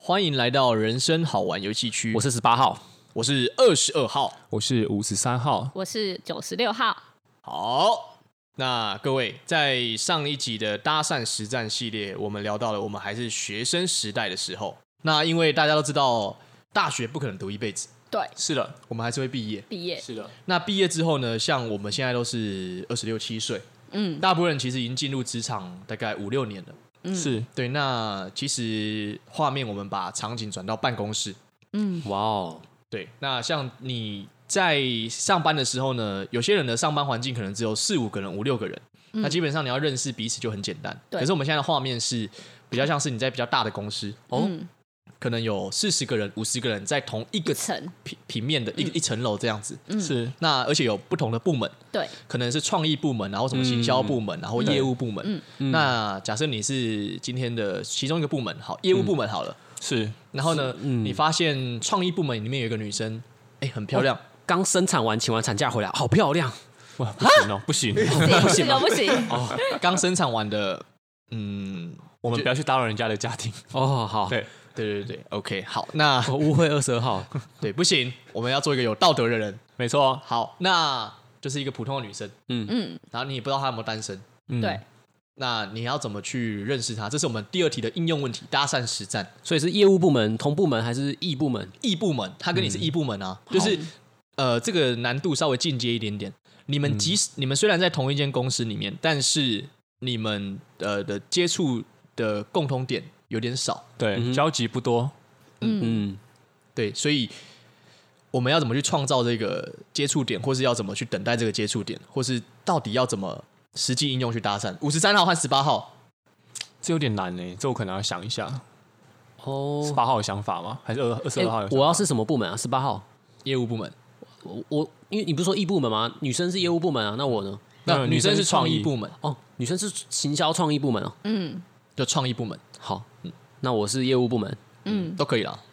欢迎来到人生好玩游戏区。 我是18号， 我是22号， 我是53号， 我是96号。 好，那各位在上一集的搭讪实战系列，我们聊到了我们还是学生时代的时候。那因为大家都知道，大学不可能读一辈子， 对， 是的， 我们还是会毕业。 毕业是的， 那毕业之后呢，像我们现在都是26、7岁，大部分人其实已经进入职场大概5、6年了。 是， 对，那其实画面我们把场景转到办公室。 哇哦， 对，那像你在上班的时候呢，有些人的上班环境可能只有4、5个人、5、6个人，那基本上你要认识彼此就很简单。 对可是我们现在的画面是比较像是你在比较大的公司可能有40个人、50个人在同一个层平面的一层楼这样子。 是， 那而且有不同的部门， 对， 可能是创意部门，然后什么行销部门，然后业务部门。那假设你是今天的其中一个部门，好，业务部门好了。 是， 然后呢，你发现创意部门里面有一个女生，很漂亮， 刚生产完请完产假回来，好漂亮。 哇，不行哦，不行， 这个不行。 刚生产完的， 我们不要去打扰人家的家庭。 哦，好， 对， 对 ，OK， 好，那我误会22号。 对，不行，我们要做一个有道德的人。 没错， 好，那就是一个普通的女生，然后你也不知道她有没有单身， 对， 那你要怎么去认识她？这是我们第2题的应用问题，搭讪实战。 所以是业务部门、同部门还是异部门？ 异部门，她跟你是异部门啊，就是这个难度稍微进阶一点点。你们你们虽然在同一间公司里面，但是你们的接触的共同点有点少， 对，交集不多。 对，所以我们要怎么去创造这个接触点，或是要怎么去等待这个接触点，或是到底要怎么实际应用去搭讪？53号和18号， 这有点难呢，这我可能要想一下。 哦， 18号有想法吗？还是22号有想法？ 我要是什么部门啊？18号， 业务部门。 我因为你不是说异部门吗？女生是业务部门啊，那我呢？ 那女生是创意部门哦，女生是行销创意部门哦。 就创意部门。 好，那我是业务部门。 都可以啦。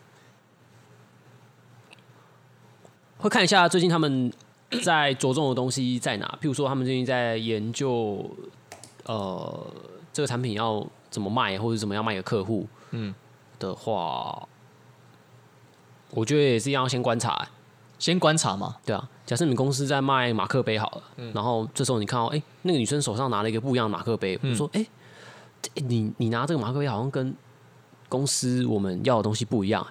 会看一下最近他们在着重的东西在哪，譬如说他们最近在研究这个产品要怎么卖，或者怎么样卖给客户的话，我觉得也是要先观察。 先观察嘛， 对啊，假设你公司在卖马克杯好了，然后这时候你看到那个女生手上拿了一个不一样的马克杯，我说你拿这个马克杯好像跟公司我们要的东西不一样。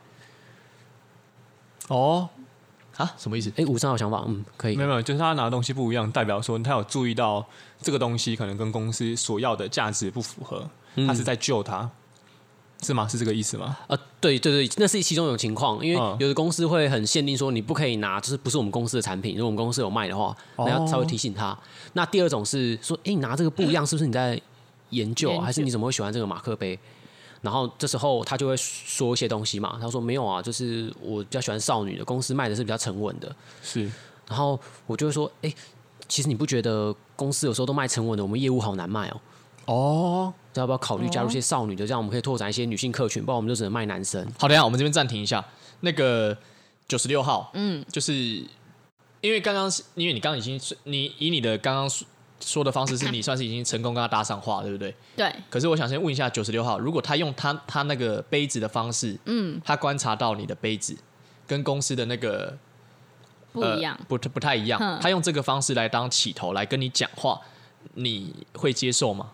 哦， 什么意思 53号有想法，可以。 没有，就是他拿的东西不一样，代表说他有注意到这个东西可能跟公司所要的价值不符合，他是在救他。是吗？是这个意思吗？ 对，那是其中一种情况，因为有的公司会很限定说你不可以拿，就是不是我们公司的产品，如果我们公司有卖的话，那要稍微提醒他。那第二种是说，你拿这个不一样，是不是你在研究，还是你怎么会喜欢这个马克杯？然后这时候他就会说一些东西嘛，他说没有啊，就是我比较喜欢少女的，公司卖的是比较沉稳的。 是， 然后我就会说，其实你不觉得公司有时候都卖沉稳的，我们业务好难卖哦？要不要考虑加入一些少女的，这样我们可以拓展一些女性客群，不然我们就只能卖男生。 好，等一下我们这边暂停一下。那个96号，就是因为你刚刚已经以你的刚刚说的方式，是你算是已经成功跟他搭上话，对不对？ 对。 可是我想先问一下96号，如果他用他那个杯子的方式，他观察到你的杯子跟公司的那个不一样， 不太一样，他用这个方式来当起头来跟你讲话，你会接受吗？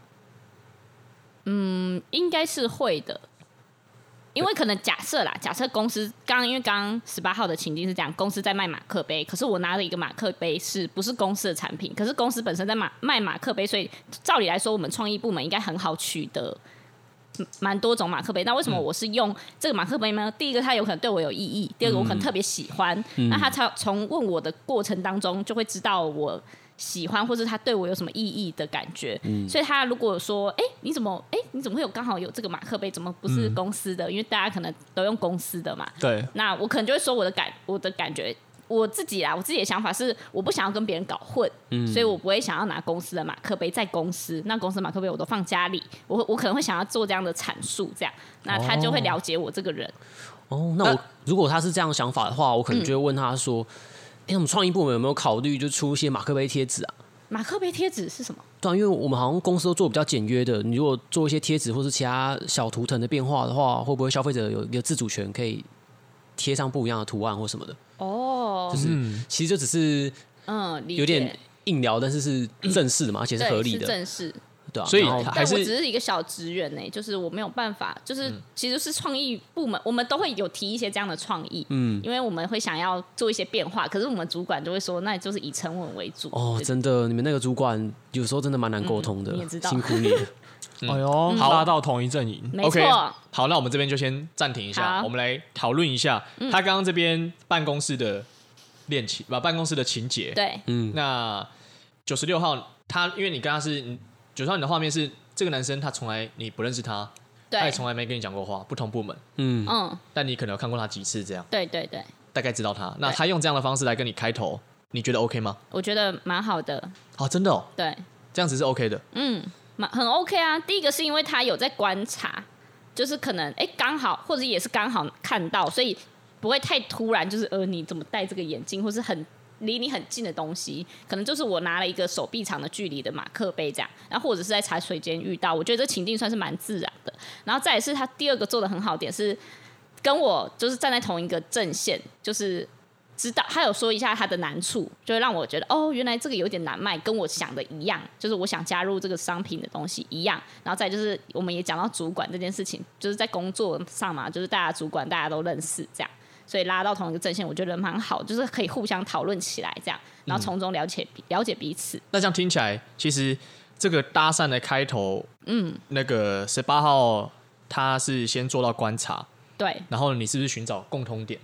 应该是会的，因为可能假设公司因为刚18号的情境是这样，公司在卖马克杯，可是我拿了一个马克杯不是公司的产品，可是公司本身在卖马克杯，所以照理来说，我们创意部门应该很好取得蛮多种马克杯。那为什么我是用这个马克杯呢？第一个，它有可能对我有意义；第二个，我可能特别喜欢。那他从问我的过程当中，就会知道我喜欢，或是他对我有什么意义的感觉。所以他如果说，你怎么会有刚好有这个马克杯，怎么不是公司的？因为大家可能都用公司的嘛。 对。 那我可能就会说我的感觉。我自己的想法是，我不想要跟别人搞混，所以我不会想要拿公司的马克杯在公司，那公司的马克杯我都放家里，我可能会想要做这样的阐述，这样，那他就会了解我这个人。 那如果他是这样想法的话，我可能就会问他说，我们创意部门有没有考虑就出一些马克杯贴纸啊？ 马克杯贴纸是什么？ 对啊，因为我们好像公司都做比较简约的，你如果做一些贴纸或是其他小图腾的变化的话，会不会消费者有一个自主权，可以贴上不一样的图案或什么的？ 哦， 就是其实就只是有点硬聊，但是是正式的嘛，而且是合理的， 是正式。 对啊， 所以但我只是一个小职员呢，就是我没有办法，就是其实是创意部门，我们都会有提一些这样的创意，因为我们会想要做一些变化，可是我们主管就会说，那就是以成文为主。 哦，真的，你们那个主管有时候真的蛮难沟通的， 你也知道， 辛苦你了。 哎呦，拉到同一阵营， 没错。 Okay, 好，那我们这边就先暂停一下，我们来讨论一下他刚刚这边办公室的恋情，办公室的情节。 对， 那96号他，因为你跟他是96号，你的画面是。这个男生他从来你不认识他，他也从来没跟你讲过话，不同部门，但你可能有看过他几次这样， 对， 大概知道他。那他用这样的方式来跟你开头，你觉得 OK 吗？ 我觉得蛮好的。 哦，真的哦， 对， 这样子是 OK 的， 很 OK 啊。第一个是因为他有在观察，就是可能刚好，或者也是刚好看到，所以不会太突然，就是你怎么戴这个眼镜，或是很。离你很近的东西，可能就是我拿了一个手臂长的距离的马克杯这样，然后或者是在茶水间遇到，我觉得这情境算是蛮自然的。然后再来是他第二个做的很好点是，跟我就是站在同一个阵线，就是知道他有说一下他的难处，就会让我觉得原来这个有点难卖，跟我想的一样，就是我想加入这个商品的东西一样。然后再就是我们也讲到主管这件事情，就是在工作上嘛，就是大家主管大家都认识这样。所以拉到同一个阵线，我觉得蛮好，就是可以互相讨论起来，这样，然后从中了解彼此。 那这样听起来，其实这个搭讪的开头，那个18号他是先做到观察， 对， 然后你是不是寻找共通点？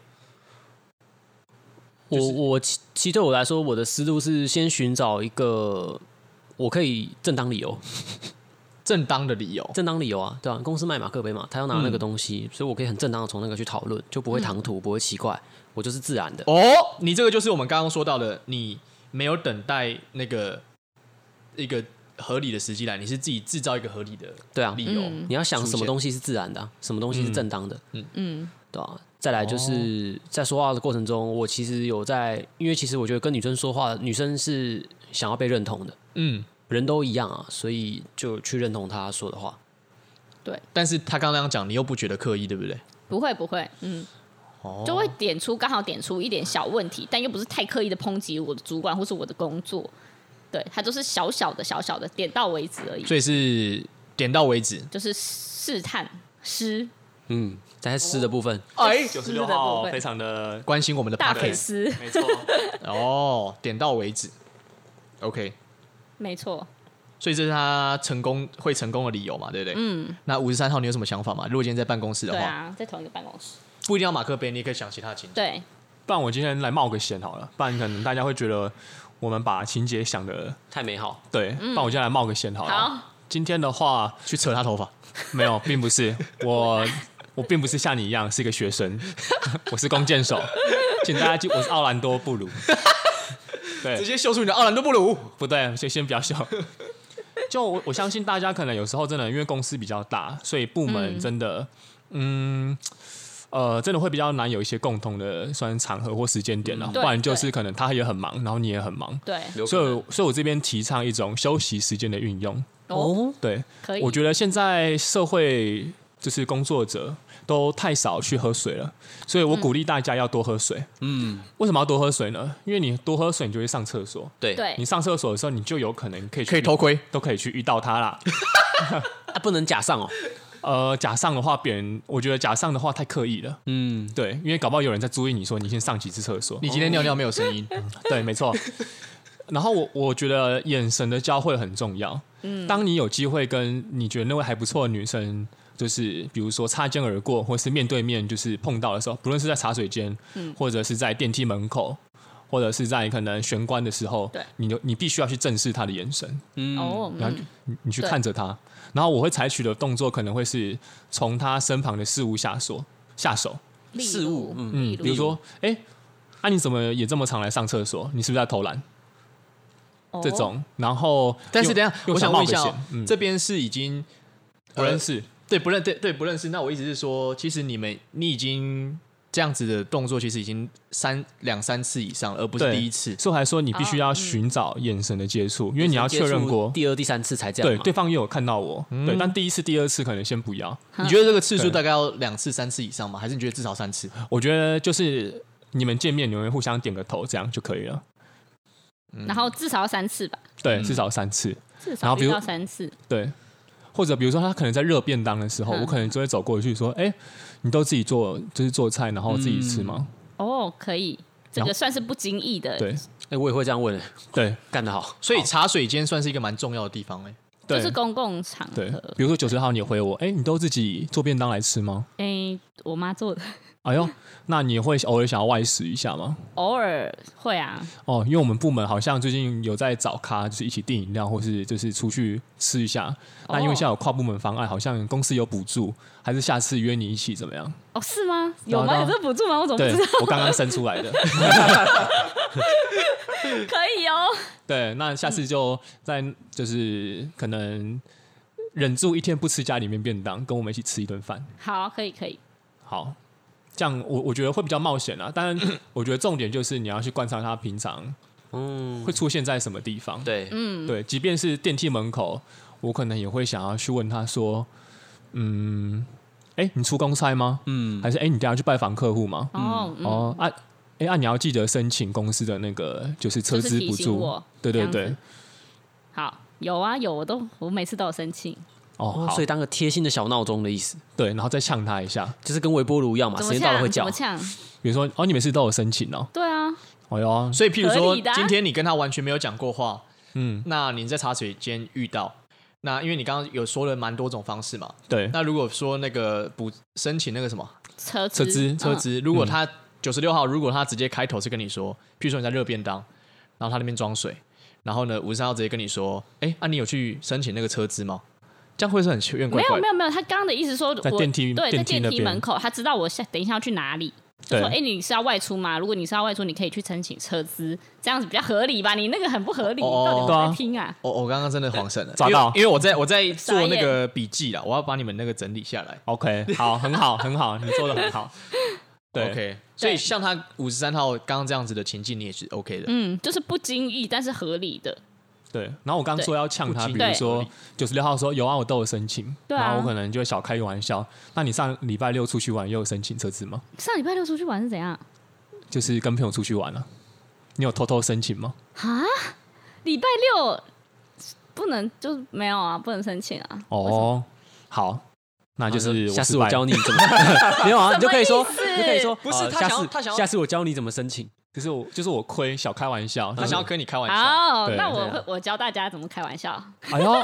我其实对我来说，我的思路是先寻找一个我可以正当理由。 正当的理由啊，对吧、公司卖马克杯嘛，他要拿那个东西，所以我可以很正当的从那个去讨论，就不会唐突，不会奇怪，我就是自然的。 你这个就是我们刚刚说到的，你没有等待那个一个合理的时机来，你是自己制造一个合理的理由。 你要想什么东西是自然的、什么东西是正当的，对吧、再来就是在说话的过程中，我其实有在，因为其实我觉得跟女生说话，女生是想要被认同的，人都一样啊，所以就去认同他说的话。 对， 但是他刚刚那样讲，你又不觉得刻意，对不对？ 不会，就会刚好点出一点小问题，但又不是太刻意的抨击我的主管或是我的工作。对，他就是小小的点到为止而已。 所以是点到为止， 就是试探诗。 在诗的部分 ，96号非常的关心我们的大粉丝， 没错。 点到为止 ，OK。 没错， 所以这是他会成功的理由嘛，对不对？那53号你有什么想法吗？如果今天在办公室的话， 对啊，在同一个办公室， 不一定要马克杯，你也可以想其他的情节。 对， 不然我今天来冒个险好了，不然可能大家会觉得我们把情节想的太美好。 对，不然我今天来冒个险好了。 好， 今天的话去扯他头发， 没有，并不是我并不是像你一样是一个学生，我是弓箭手，请大家记，我是奥兰多布鲁。对， 直接秀出你的奥兰多布鲁。 不对，先不要秀。就我相信大家可能有时候真的因为公司比较大，所以部门真的，真的会比较难有一些共同的算场合或时间点了，不然就是可能他也很忙，然后你也很忙， 对， 所以我这边提倡一种休息时间的运用。对， 可以。 我觉得现在社会就是工作者都太少去喝水了，所以我鼓励大家要多喝水。为什么要多喝水呢？因为你多喝水，你就会上厕所。 对， 你上厕所的时候，你就有可能可以偷窥， 都可以去遇到他啦。 不能假上哦。 假上的话，我觉得假上的话太刻意了。对，因为搞不好有人在注意你说你先上几次厕所， 你今天尿尿没有声音。 对，没错。然后我觉得眼神的交汇很重要。当你有机会跟你觉得那位还不错的女生，就是比如说擦肩而过，或是面对面就是碰到的时候，不论是在茶水间，或者是在电梯门口，或者是在可能玄关的时候，你必须要去正视她的眼神。然后你去看着她，然后我会采取的动作可能会是从她身旁的事物下手。 事物， 比如说，你怎么也这么常来上厕所？你是不是在偷懒？这种，然后但是等一下，我想问一下，这边是已经不认识， 对不认识。那我意思是说，其实你已经这样子的动作其实已经2、3次以上了，而不是第一次。 所以我还说你必须要寻找眼神的接触，因为你要确认过第2、第3次才这样。 对，对方也有看到我，对，但第1次、第2次可能先不要。 你觉得这个次数大概要2次、3次以上吗？还是你觉得至少3次？ 我觉得就是你们见面，你们互相点个头，这样就可以了。 然后至少要3次吧。 对，至少3次。 至少1到3次。 对。或者比如说他可能在热便当的时候，我可能就会走过去说：“哎，你都自己做，就是做菜，然后自己吃吗？” 哦，可以，这个算是不经意的。 对， 我也会这样问。 对， 干得好。 所以茶水间算是一个蛮重要的地方就是公共场合。 对，比如说90号，你回我：“哎，你都自己做便当来吃吗？” 我妈做的。 哎呦，那你会偶尔想要外食一下吗？ 偶尔会啊。 哦，因为我们部门好像最近有在找咖，就是一起订饮料，或是就是出去吃一下。那因为现在有跨部门方案，好像公司有补助，还是下次约你一起怎么样？ 哦，是吗？有吗？有这补助吗？我怎么不知道？ 我刚刚生出来的。 可以哦。 对，那下次就在就是可能忍住1天不吃家里面便当，跟我们一起吃一顿饭。 好，可以。 好。这样我觉得会比较冒险啊，当然我觉得重点就是你要去观察他平常会出现在什么地方。 对， 对，即便是电梯门口，我可能也会想要去问他说，你出公差吗？还是你等一下去拜访客户吗？你要记得申请公司的那个就是车资补助。对。 好，有啊，我每次都有申请。 所以当个贴心的小闹钟的意思。 对，然后再呛他一下， 就是跟微波炉一样嘛，时间到了会叫。 怎么呛？ 比如说，你每次都有申请哦。 对啊。 哎呦， 所以譬如说，今天你跟他完全没有讲过话，那你在茶水间遇到，那因为你刚刚有说了蛮多种方式嘛， 对。 那如果说那个申请那个什么车资，如果他96号，如果他直接开头是跟你说，譬如说你在热便当，然后他那边装水，然后呢53号直接跟你说，你有去申请那个车资吗？这样会是很奇怪。 没有，他刚刚的意思说， 在电梯在电梯门口，他知道我等一下要去哪里，就说你是要外出吗？如果你是要外出，你可以去申请车资，这样子比较合理吧？你那个很不合理，到底在听啊？ 我刚刚真的恍神了， 找到， 因为我在做那个笔记啦，我要把你们那个整理下来。 OK， 好，很好，你做的很好。对 ，OK， 所以像他53号刚刚这样子的情境，你也是 OK 的。 就是不经意，但是合理的。 对，然后我刚刚说要呛他，比如说96号说有啊，我都有申请，然后我可能就会小开个玩笑。那你上礼拜6出去玩，也有申请车资吗？ 上礼拜6出去玩是怎样？ 就是跟朋友出去玩了，你有偷偷申请吗？ 啊，礼拜6不能就没有啊，不能申请啊。 哦，好，那就是下次我教你怎么没有啊，你就可以说， 不是下次我教你怎么申请。 就是我亏小开玩笑， 他想要跟你开玩笑。 好，那我教大家怎么开玩笑。 哎呦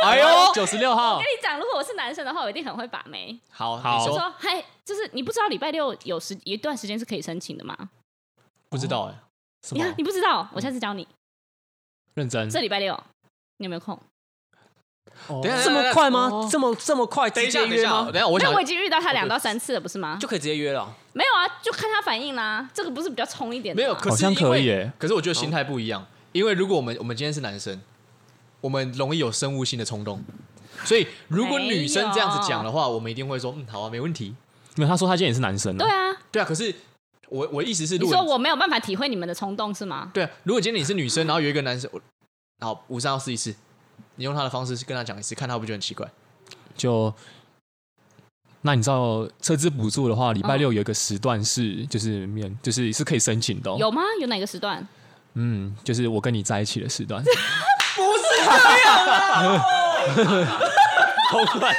，96号， 我跟你讲，如果我是男生的话，我一定很会把妹。 好， 你说，就是你不知道礼拜6有一段时间是可以申请的吗？ 不知道你不知道，我下次教你。 认真。 这礼拜6你有没有空？ 这么快吗？这么快直接约吗？ 等一下，我已经遇到他2到3次了，不是吗？ 就可以直接约了。 没有啊，就看他反应啦。这个不是比较冲一点的吗？ 没有， 好像可以耶。 可是我觉得心态不一样，因为如果我们今天是男生，我们容易有生物性的冲动，所以如果女生这样子讲的话，我们一定会说好啊，没问题。 没有，他说他今天也是男生。 对啊，可是我意思是， 你说我没有办法体会你们的冲动是吗？ 对啊，如果今天你是女生，然后有一个男生，好53号试一次。你用他的方式跟他讲一次，看他会不会觉得很奇怪？ 那你知道车资补助的话，礼拜6有一个时段是就是可以申请的。 有吗？有哪个时段？ 就是我跟你在一起的时段。 不是这样啊！ 崩溃！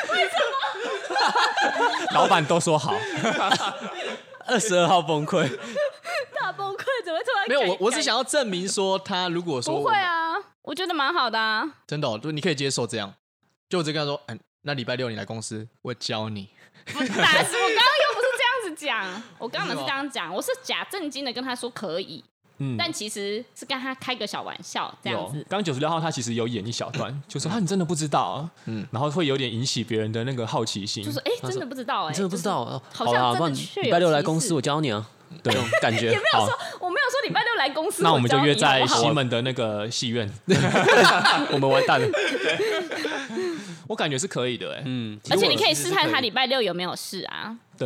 老板都说好。 22号崩溃。 大崩溃怎么突然？ 没有，我是想要证明说，他如果说不会啊，我觉得蛮好的啊。 真的，就你可以接受这样。就我直接跟他说，那礼拜6你来公司，我教你。 我刚刚又不是这样子讲，我刚刚是这样讲，我是假正经的跟他说可以。但其实是跟他开个小玩笑这样子。 刚刚96号他其实有演一小段，就说你真的不知道啊，然后会有点引起别人的那个好奇心， 就说真的不知道真的不知道， 好像真的礼拜6来公司我教你啊，对，感觉也没有说我没有说礼拜6来公司， 那我们就约在西门的那个戏院，我们完蛋了。我感觉是可以的， 而且你可以试探他礼拜6有没有事啊。 对，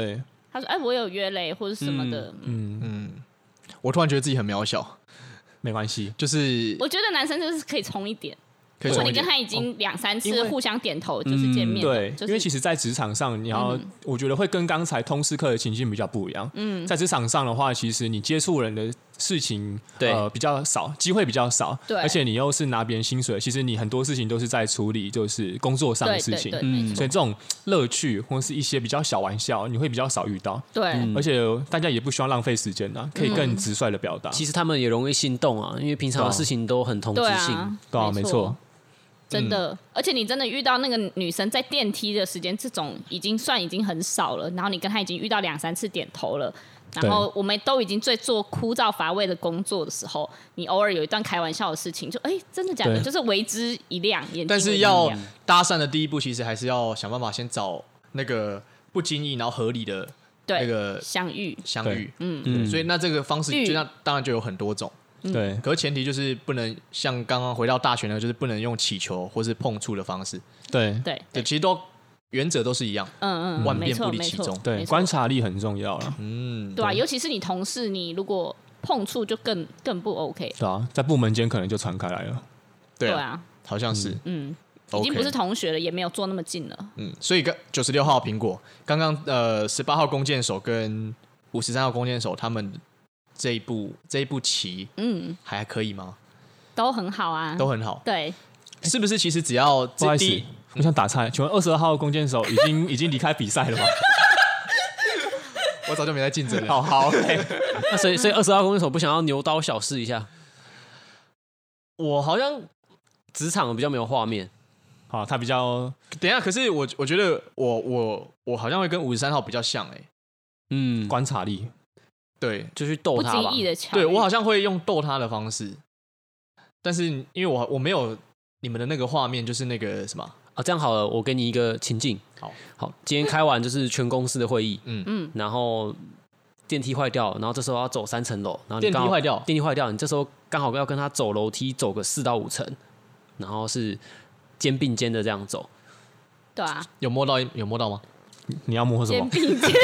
他说：“哎，我有约嘞，或者什么的。” 我突然觉得自己很渺小， 没关系， 就是我觉得男生就是可以冲一点。如果你跟他已经2-3次互相点头，就是见面。 对， 就是因为其实，在职场上，你要，我觉得会跟刚才通识课的情境比较不一样。在职场上的话，其实你接触人的事情，比较少，机会比较少， 对， 而且你又是拿别人薪水，其实你很多事情都是在处理，就是工作上的事情。所以这种乐趣或是一些比较小玩笑，你会比较少遇到。 对， 而且大家也不希望浪费时间啊，可以更直率的表达。 其实他们也容易心动啊，因为平常的事情都很同质性。 对啊，没错。 真的，而且你真的遇到那个女生在电梯的时间，这种已经很少了。然后你跟她已经遇到2-3次点头了，然后我们都已经在做枯燥乏味的工作的时候，你偶尔有一段开玩笑的事情，就真的假的，就是为之一亮，眼睛但是要搭讪的第一步，其实还是要想办法先找那个不经意然后合理的那个相遇。 所以那这个方式就当然就有很多种。 对， 可是前提就是不能像刚刚回到大学呢，就是不能用起球或是碰触的方式。 对， 其实原则都是一样。万变不离其宗。 对，观察力很重要了。 对啊，尤其是你同事，你如果碰触就更不 OK。 对啊，在部门间可能就传开来了。 对啊，好像是。 已经不是同学了，也没有坐那么近了。 所以96号苹果，刚刚18号弓箭手跟53号弓箭手他们。这一步棋，还可以吗？ 都很好啊， 都很好。 对， 是不是？其实只要不好意思，我想打岔，请问22号弓箭手已经离开比赛了吗？ 我早就没在竞争了。 好， 那所以22号弓箭手不想要牛刀小试一下？ 我好像职场比较没有画面。 好，他比较等一下，可是我觉得我好像会跟53号比较像观察力。 对， 就去逗他吧。 不经意的巧遇。 对，我好像会用逗他的方式，但是因为我没有你们的那个画面，就是那个什么这样好了，我给你一个情境。好，今天开完就是全公司的会议，然后电梯坏掉，然后这时候要走3层楼，然后电梯坏掉， 你这时候刚好要跟他走楼梯，走个4到5层，然后是肩并肩的这样走。 对啊， 有摸到吗？ 你要摸什么？ 肩并肩。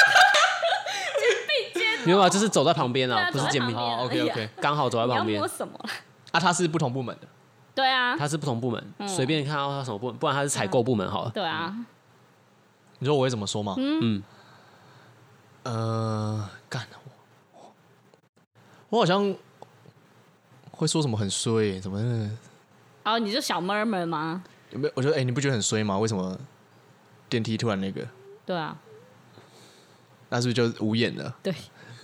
没有啊，就是走在旁边啊，不是肩并。 OK， 刚好走在旁边。 你要摸什么？ 他是不同部门的。 对啊， 他是不同部门，随便看到他什么部门，不然他是采购部门好了。 对啊。 你说我会怎么说吗？干，我好像会说什么很衰，怎么？ 你就小 murmur 吗？ 有没有？我觉得你不觉得很衰吗？为什么电梯突然那个？ 对啊。 那是不是就无眼了？ 对。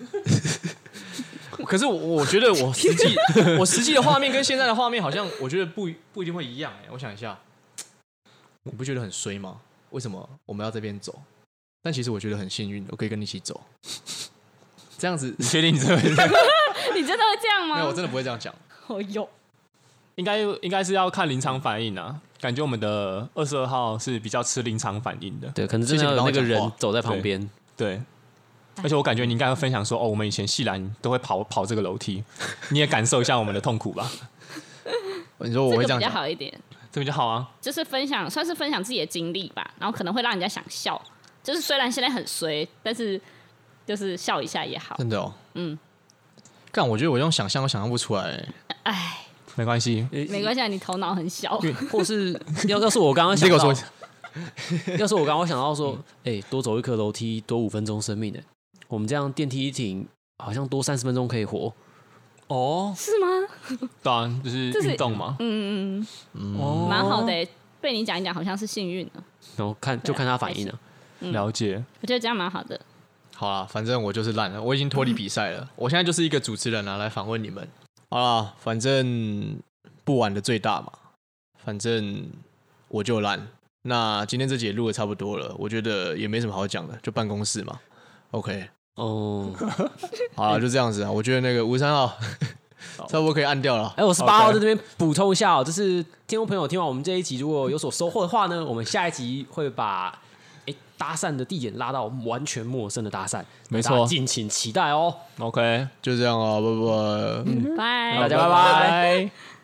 可是我觉得我实际的画面跟现在的画面好像，我觉得不一定会一样。我想一下，你不觉得很衰吗？为什么我们要这边走？但其实我觉得很幸运，我可以跟你一起走。这样子， 你确定你真的会这样？ 你真的会这样吗？ 没有，我真的不会这样讲。 应该是要看临场反应啊。感觉我们的22号是比较吃临场反应的。 对，可能真的有那个人走在旁边。 对。而且我感觉你应该会分享说，我们以前系篮都会跑这个楼梯，你也感受一下我们的痛苦吧。 你说我会这样讲， 比较好一点， 这比较好啊。 就是算是分享自己的经历吧，然后可能会让人家想笑。就是虽然现在很衰，但是就是笑一下也好。 真的哦，干，我觉得我用想象都想象不出来。 哎， 没关系， 没关系，你头脑很小。 或是要是我刚刚想到，要是我刚刚想到说，多走1颗楼梯，多5分钟生命的。我们这样电梯一停，好像多30分钟可以活。 是吗？ 当然就是运动嘛。 蛮好的。被你讲一讲，好像是幸运了。 然后看他反应了。 了解。 我觉得这样蛮好的。 好啦，反正我就是烂了，我已经脱离比赛了。我现在就是一个主持人来访问你们。好啦，反正不玩的最大嘛，反正我就烂。那今天这集也录的差不多了，我觉得也没什么好讲的，就办公室嘛。OK。好了，就这样子啊。我觉得那个53号差不多可以按掉了。 我18号在这边补充一下就是听众朋友听完我们这一集，如果有所收获的话呢，我们下一集会把搭讪的地点拉到完全陌生的搭讪， 没错， 敬请期待哦。 OK， 就这样啊，拜拜， 拜， 大家拜拜。